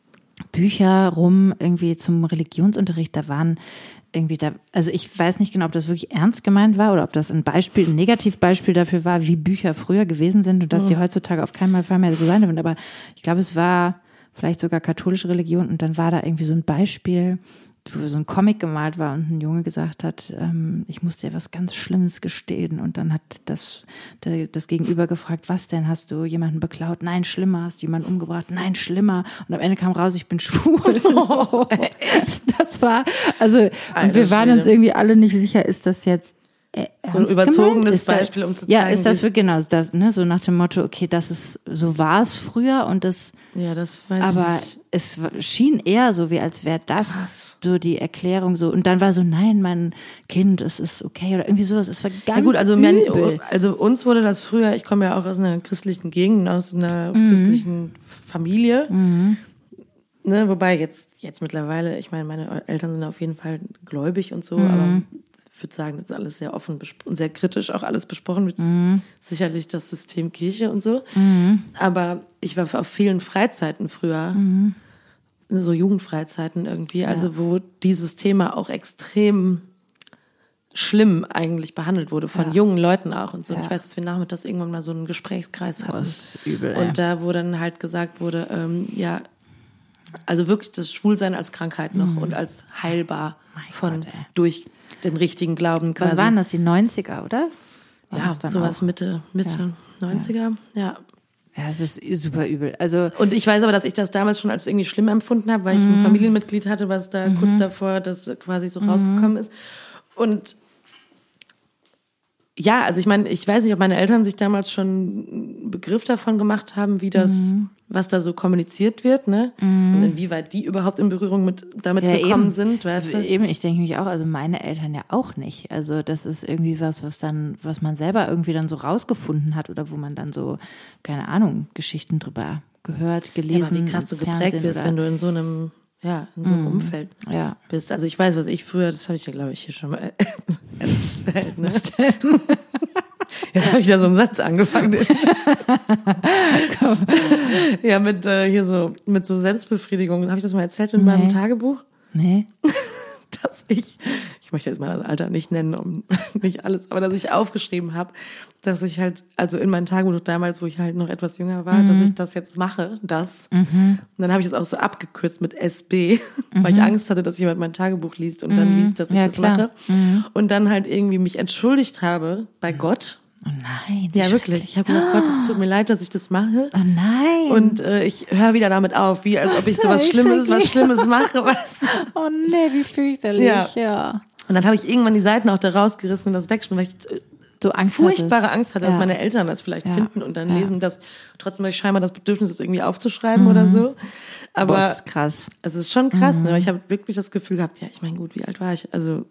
Bücher rum, irgendwie zum Religionsunterricht. Da waren irgendwie da, also ich weiß nicht genau, ob das wirklich ernst gemeint war oder ob das ein Beispiel, ein Negativbeispiel dafür war, wie Bücher früher gewesen sind und dass die heutzutage auf keinen Fall mehr so sein dürfen. Aber ich glaube, es war vielleicht sogar katholische Religion und dann war da irgendwie so ein Beispiel, wo so ein Comic gemalt war und ein Junge gesagt hat, ähm, ich muss dir was ganz Schlimmes gestehen. Und dann hat das, der, das Gegenüber gefragt, was denn? Hast du jemanden beklaut? Nein, schlimmer. Hast du jemanden umgebracht? Nein, schlimmer. Und am Ende kam raus, ich bin schwul. Oh, echt? Das war, also, und Alter wir waren uns Schwede. irgendwie alle nicht sicher, ist das jetzt äh, So ein ernst überzogenes gemeint? Ist da- Beispiel, um zu Ja, zeigen, ist das wie- wirklich, genau, das, ne, so nach dem Motto, okay, das ist, so war es früher und das, Ja, das weiß aber ich nicht. es schien eher so, wie als wäre das so die Erklärung so. Und dann war so, nein, mein Kind, es ist okay oder irgendwie sowas. Es war ganz Ja gut, also, mein, übel. also uns wurde das früher, ich komme ja auch aus einer christlichen Gegend, aus einer christlichen Familie. Ne, wobei jetzt, jetzt mittlerweile, ich meine, meine Eltern sind auf jeden Fall gläubig und so, aber ich würde sagen, das ist alles sehr offen bespro- und sehr kritisch auch alles besprochen wird. Sicherlich das System Kirche und so. Aber ich war auf vielen Freizeiten früher, so Jugendfreizeiten irgendwie, also wo dieses Thema auch extrem schlimm eigentlich behandelt wurde, von Ja. jungen Leuten auch und so. Und Ja. ich weiß, dass wir nachmittags irgendwann mal so einen Gesprächskreis hatten. Das ist übel, ey. Und da, wo dann halt gesagt wurde, ähm, ja, Also wirklich das Schwulsein als Krankheit noch mhm. und als heilbar mein von Gott, durch den richtigen Glauben quasi. Was waren das, die neunziger, oder? War ja, sowas auch? Mitte, Mitte ja. neunziger, ja. Ja, es ist super übel. Also und ich weiß aber, dass ich das damals schon als irgendwie schlimm empfunden habe, weil ich mhm. ein Familienmitglied hatte, was da mhm. kurz davor das quasi so mhm. rausgekommen ist. Und ja, also ich meine, ich weiß nicht, ob meine Eltern sich damals schon einen Begriff davon gemacht haben, wie das, mhm. was da so kommuniziert wird, ne? Mhm. Und inwieweit die überhaupt in Berührung mit damit ja, gekommen eben. sind, weißt du? Eben, ich denke mich auch, also meine Eltern ja auch nicht. Also das ist irgendwie was, was dann, was man selber irgendwie dann so rausgefunden hat oder wo man dann so, keine Ahnung, Geschichten drüber gehört, gelesen. Ja, aber wie krass du geprägt wirst, wenn du in so einem Ja, in so einem mm. Umfeld ja. bist. Also ich weiß, was ich früher, das habe ich ja, glaube ich, hier schon mal erzählt. Ne? Jetzt habe ich da so einen Satz angefangen. ja, mit äh, hier so mit so Selbstbefriedigung. Habe ich das mal erzählt in nee. meinem Tagebuch? Nee. Dass ich, ich möchte jetzt mal das Alter nicht nennen, um nicht alles, aber dass ich aufgeschrieben habe, dass ich halt, also in meinem Tagebuch damals, wo ich halt noch etwas jünger war, mhm. dass ich das jetzt mache, das. Mhm. Und dann habe ich das auch so abgekürzt mit S B, mhm. weil ich Angst hatte, dass jemand mein Tagebuch liest und mhm. dann liest, dass ich ja, das klar. mache. Mhm. Und dann halt irgendwie mich entschuldigt habe bei Gott. Oh nein. Ja, wirklich. Ich habe gesagt, Gott, es tut mir leid, dass ich das mache. Oh nein. Und äh, ich höre wieder damit auf, wie als ob ich so was Schlimmes, was Schlimmes mache. Was? Oh nee, wie fürchterlich. Ja. ja. Und dann habe ich irgendwann die Seiten auch da rausgerissen und das weggeschmissen, weil ich so Angst furchtbare hattest. Angst hatte, ja. dass meine Eltern das vielleicht ja. finden und dann ja. lesen, dass trotzdem ich scheinbar das Bedürfnis ist, irgendwie aufzuschreiben mhm. oder so. Aber Boah, das ist krass. Es ist schon krass, mhm. ne? Ich habe wirklich das Gefühl gehabt, ja, ich meine, gut, wie alt war ich? Also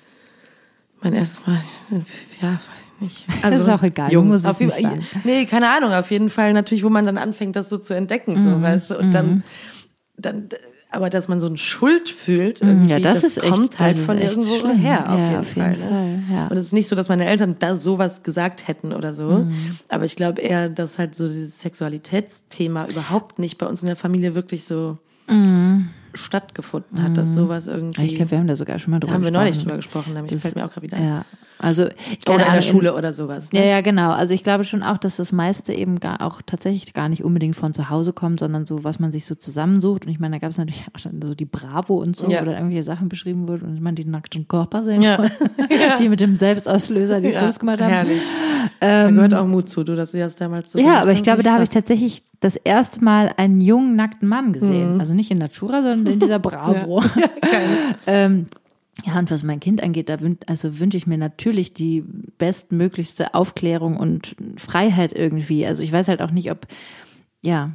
mein erstes Mal, ja, weiß ich nicht. Also, das ist auch egal, jung. muss es auf nicht jeden, sein. Nee, keine Ahnung, auf jeden Fall natürlich, wo man dann anfängt, das so zu entdecken, mhm. so, weißt du, und mhm. dann, dann, aber dass man so eine Schuld fühlt, irgendwie, ja, das, das ist kommt echt, halt das von irgendwo schlimm. her, auf, ja, jeden, auf Fall, jeden ne? Fall. Ja. Und es ist nicht so, dass meine Eltern da sowas gesagt hätten oder so, mhm. aber ich glaube eher, dass halt so dieses Sexualitätsthema überhaupt nicht bei uns in der Familie wirklich so mhm. stattgefunden hat, dass sowas irgendwie. Ich glaube, wir haben da sogar schon mal drüber gesprochen. Da haben wir neulich gesprochen. drüber gesprochen, nämlich das, fällt mir auch gerade wieder ein. Ja. Also, oder in der Schule oder sowas. Ne? Ja, ja, genau. Also ich glaube schon auch, dass das meiste eben gar, auch tatsächlich gar nicht unbedingt von zu Hause kommt, sondern so, was man sich so zusammensucht. Und ich meine, da gab es natürlich auch dann so die Bravo und so, ja. wo dann irgendwelche Sachen beschrieben wurden und man die nackten Körper sehen ja. ja. die mit dem Selbstauslöser die ja. Fotos gemacht haben. Herrlich. Ähm, da gehört auch Mut zu, du, dass sie das damals so ja, aber ich glaube, da habe ich tatsächlich das erste Mal einen jungen, nackten Mann gesehen. Mhm. Also nicht in Natura, sondern in dieser Bravo. ja. Ja, geil. ähm, Ja, und was mein Kind angeht, da wün- also wünsche ich mir natürlich die bestmöglichste Aufklärung und Freiheit irgendwie. Also ich weiß halt auch nicht, ob, ja,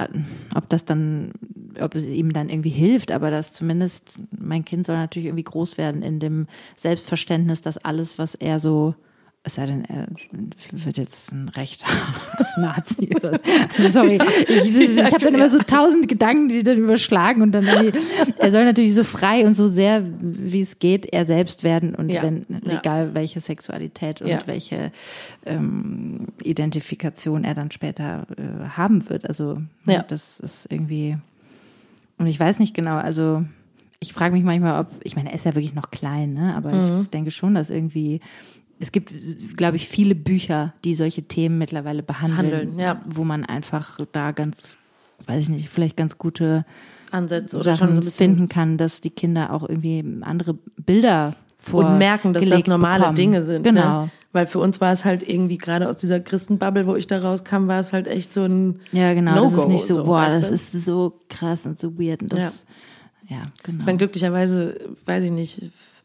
ob das dann, ob es ihm dann irgendwie hilft, aber dass zumindest mein Kind soll natürlich irgendwie groß werden in dem Selbstverständnis, dass alles, was er so, es sei denn, er wird jetzt ein rechter Nazi oder also sorry, ich, ich, ich habe dann immer so tausend Gedanken, die sich dann überschlagen und dann er soll natürlich so frei und so sehr, wie es geht, er selbst werden und ja. wenn, ja. egal welche Sexualität und ja. welche ähm, Identifikation er dann später äh, haben wird. Also ja. das ist irgendwie, und ich weiß nicht genau, also ich frage mich manchmal, ob, ich meine, er ist ja wirklich noch klein, ne? Aber mhm. ich denke schon, dass irgendwie es gibt, glaube ich, viele Bücher, die solche Themen mittlerweile behandeln, Handeln, ja. wo man einfach da ganz, weiß ich nicht, vielleicht ganz gute Ansätze oder Sachen schon so ein finden kann, dass die Kinder auch irgendwie andere Bilder vor und merken, dass das normale bekommen. Dinge sind. Genau. Ne? Weil für uns war es halt irgendwie, gerade aus dieser Christenbubble, wo ich da rauskam, war es halt echt so ein Ja, genau, No-Go, das ist nicht so, so boah, weißt das du? ist so krass und so weird. Und das, ja. ja, genau. Ich meine, glücklicherweise, weiß ich nicht,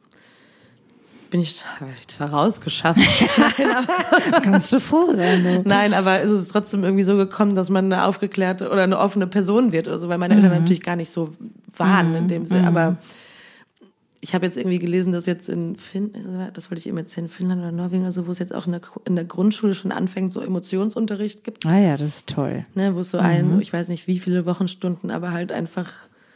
bin ich, habe ich da rausgeschafft. Nein, aber, kannst du froh sein. Ne? Nein, aber ist es trotzdem irgendwie so gekommen, dass man eine aufgeklärte oder eine offene Person wird oder so, weil meine Eltern Mhm. natürlich gar nicht so waren Mhm. in dem Sinne. Mhm. Aber ich habe jetzt irgendwie gelesen, dass jetzt in Finnland, das wollte ich eben erzählen, Finnland oder Norwegen oder so, wo es jetzt auch in der, in der Grundschule schon anfängt, so Emotionsunterricht gibt. Ah ja, das ist toll. Ne, wo es so Mhm. ein, ich weiß nicht wie viele Wochenstunden, aber halt einfach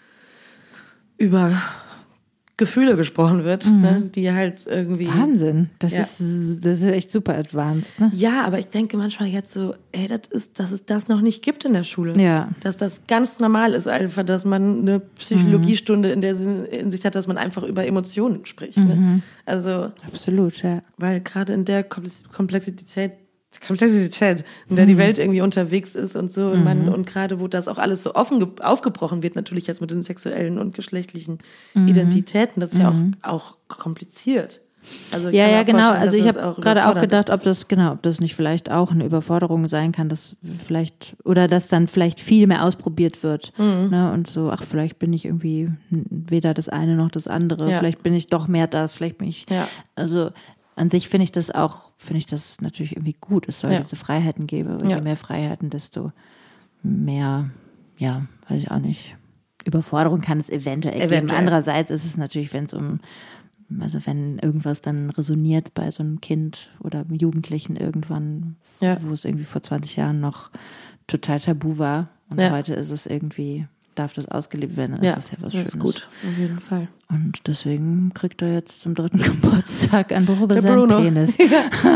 über Gefühle gesprochen wird, Mhm. ne, die halt irgendwie... Wahnsinn, das Ja. ist das ist echt super advanced, ne? Ja, aber ich denke manchmal jetzt so, ey, das ist, dass es das noch nicht gibt in der Schule. Ja. Dass das ganz normal ist, einfach, dass man eine Psychologiestunde in der Hinsicht hat, dass man einfach über Emotionen spricht. Ne? Mhm. Also, Absolut, ja. weil gerade in der Komplexität, Komplexität, in der die Welt irgendwie unterwegs ist und so. Und, man, und gerade, wo das auch alles so offen ge- aufgebrochen wird, natürlich jetzt mit den sexuellen und geschlechtlichen mhm. Identitäten, das ist mhm. ja auch, auch kompliziert. Also ja, ja, genau. Also ich habe gerade auch gedacht, ob das, genau, ob das nicht vielleicht auch eine Überforderung sein kann, dass vielleicht, oder dass dann vielleicht viel mehr ausprobiert wird. Mhm. Ne? Und so, ach, vielleicht bin ich irgendwie weder das eine noch das andere. Ja. Vielleicht bin ich doch mehr das, vielleicht bin ich, ja. also an sich finde ich das auch, finde ich das natürlich irgendwie gut. Es soll ja. diese Freiheiten geben. Aber ja. je mehr Freiheiten, desto mehr, ja, weiß ich auch nicht. Überforderung kann es eventuell, eventuell. geben. Andererseits ist es natürlich, wenn es um, also wenn irgendwas dann resoniert bei so einem Kind oder einem Jugendlichen irgendwann, ja. wo es irgendwie vor zwanzig Jahren noch total tabu war und ja. heute ist es irgendwie, darf das ausgelebt werden, dann ja, ist das ja was das Schönes. Ist gut, auf jeden Fall. Und deswegen kriegt er jetzt zum dritten Geburtstag ein Buch über seinen Penis. Ja,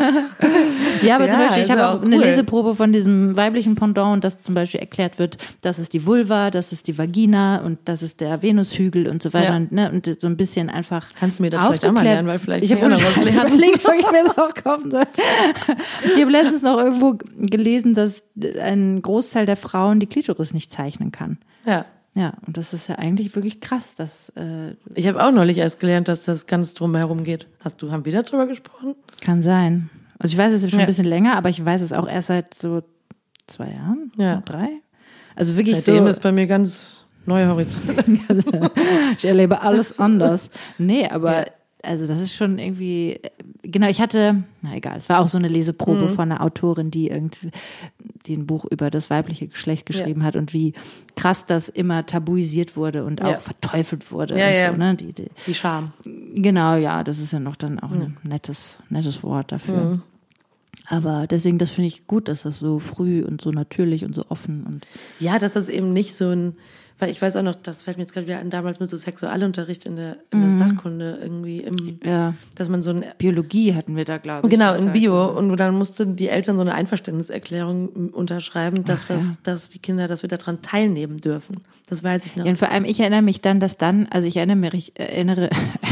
ja aber ja, zum Beispiel, ich habe auch, auch cool. eine Leseprobe von diesem weiblichen Pendant und dass zum Beispiel erklärt wird, das ist die Vulva, das ist die Vagina und das ist der Venushügel und so weiter. Ja. Und, ne, und so ein bisschen einfach kannst du mir das vielleicht auch mal lernen, weil vielleicht ich habe noch was lernen. Überlegt, ob ich mir das auch kaufen soll. Ich habe letztens noch irgendwo gelesen, dass ein Großteil der Frauen die Klitoris nicht zeichnen kann. Ja. Ja, und das ist ja eigentlich wirklich krass, dass äh, ich habe auch neulich erst gelernt, dass das ganz drumherum geht. Hast du, haben wir darüber gesprochen? Kann sein. Also ich weiß es jetzt schon ja. ein bisschen länger, aber ich weiß es auch erst seit so zwei Jahren, ja. drei. Also wirklich Seitdem so. ist bei mir ganz neuer Horizont. Ich erlebe alles anders. Nee, aber ja. also das ist schon irgendwie, genau, ich hatte, na egal, es war auch so eine Leseprobe mhm. von einer Autorin, die irgendwie, die ein Buch über das weibliche Geschlecht geschrieben ja. hat und wie krass das immer tabuisiert wurde und auch ja. verteufelt wurde. Ja, und ja. So, ne? die, die, die Scham. Genau, ja, das ist ja noch dann auch mhm. ein nettes, nettes Wort dafür. Mhm. Aber deswegen, das finde ich gut, dass das so früh und so natürlich und so offen und. Ja, dass das eben nicht so ein, weil ich weiß auch noch, das fällt mir jetzt gerade wieder an, damals mit so Sexualunterricht in der, in der mhm. Sachkunde irgendwie im, ja. dass man so ein. Biologie hatten wir da, glaube ich. Genau, in Bio. Und dann mussten die Eltern so eine Einverständniserklärung unterschreiben, dass Ach, das, ja. dass die Kinder, dass wir daran teilnehmen dürfen. Das weiß ich noch. Ja, und vor allem, ich erinnere mich dann, dass dann, also ich erinnere mich, erinnere,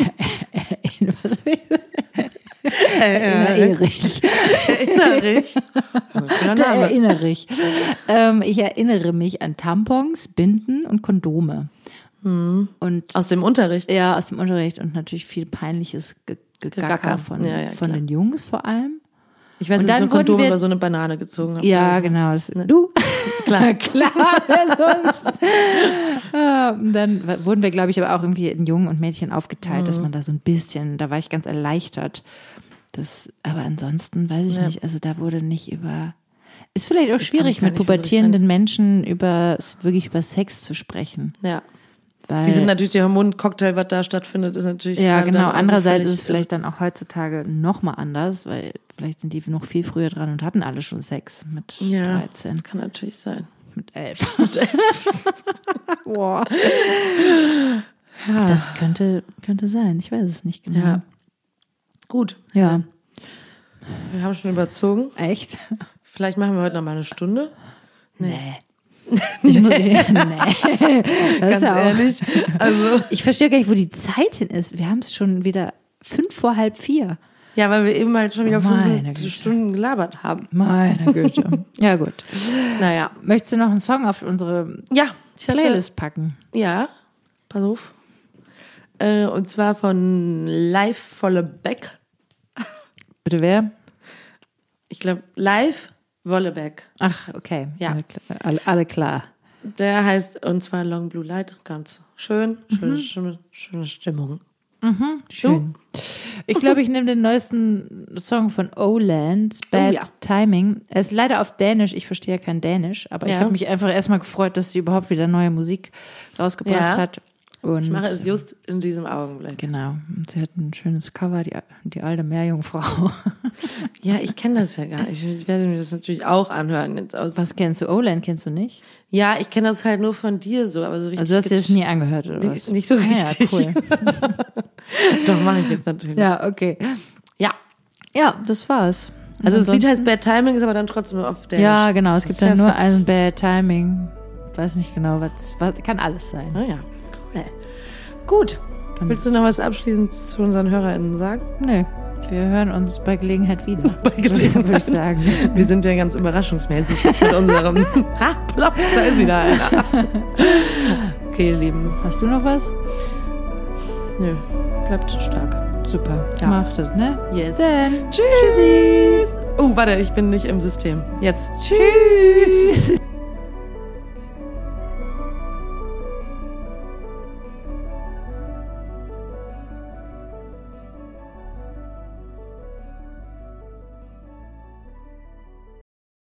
was soll ich sagen? Erinnere ich. Erinnere ich. Erinnere ich. Ähm, ich erinnere mich an Tampons, Binden und Kondome. Mhm. Und aus dem Unterricht? Ja, aus dem Unterricht und natürlich viel peinliches Ge- Gegacker von, ja, ja, von den Jungs vor allem. Ich weiß, dass ich so ein Kondom wir, über so eine Banane gezogen habe. Ja, also. Genau. Das, ne? Du? Klar. Klar. Ja, und dann wurden wir, glaube ich, aber auch irgendwie in Jungen und Mädchen aufgeteilt, mhm. dass man da so ein bisschen, da war ich ganz erleichtert. Das, aber ansonsten weiß ich ja. nicht, also da wurde nicht über, ist vielleicht auch das schwierig mit pubertierenden Menschen über, wirklich über Sex zu sprechen. Ja. Weil, die sind natürlich, der Hormoncocktail, was da stattfindet, ist natürlich. Ja, genau. Andererseits ist es vielleicht dann auch heutzutage nochmal anders, weil vielleicht sind die noch viel früher dran und hatten alle schon Sex mit ja, dreizehn. Kann natürlich sein. Mit elf. Mit elf. Boah. Ja. Das könnte, könnte sein. Ich weiß es nicht genau. Ja. Gut. Ja. Wir haben schon überzogen. Echt? Vielleicht machen wir heute noch mal eine Stunde. Nee. nee. Ich muss, nee. Das Ganz ist ja auch, ehrlich. Also. Ich verstehe gar nicht, wo die Zeit hin ist. Wir haben es schon wieder fünf vor halb vier. Ja, weil wir eben halt schon wieder Meine fünf Güte. Stunden gelabert haben. Meine Güte. Ja, gut. Naja. Möchtest du noch einen Song auf unsere ja, ich hatte, Playlist packen? Ja, pass auf. Äh, und zwar von Live Vollebeck. Bitte wer? Ich glaube, Live Vollebeck. Ach, okay. Ja. Alle klar. Alle, alle klar. Der heißt, und zwar Long Blue Light. Ganz schön. Schöne, mhm. schöne, schöne Stimmung. Mhm, schön. Du? Ich glaube, ich nehme den neuesten Song von Oland, Bad oh, ja. Timing. Er ist leider auf Dänisch, ich verstehe ja kein Dänisch, aber ja. ich habe mich einfach erstmal gefreut, dass sie überhaupt wieder neue Musik rausgebracht ja. hat. Und ich mache es just in diesem Augenblick. Genau. Und sie hat ein schönes Cover, die, die alte Meerjungfrau. Ja, ich kenne das ja gar nicht. Ich werde mir das natürlich auch anhören. Jetzt aus was kennst du? Oland kennst du nicht? Ja, ich kenne das halt nur von dir so, aber so richtig. Also du hast dir das nie angehört, oder was? Nicht so richtig. Ja, cool. Doch, mache ich jetzt natürlich. Ja, okay. Ja. Ja, das war's. Und also das Lied heißt Bad Timing, ist aber dann trotzdem nur auf Dänisch. Ja, genau. Es gibt dann nur ein Bad Timing. Weiß nicht genau, was, was kann alles sein. Ah ja. Cool. Gut. Dann willst du noch was abschließend zu unseren HörerInnen sagen? Nö. Wir hören uns bei Gelegenheit wieder. Bei Gelegenheit. Würde ich sagen. Wir sind ja ganz überraschungsmäßig jetzt mit unserem... Ha, plopp, da ist wieder einer. Okay, ihr Lieben. Hast du noch was? Nö, bleibt stark. Super. Ja. Macht es, ne? Yes. Bis dann. Tschüss. Oh, warte, ich bin nicht im System. Jetzt. Tschüss.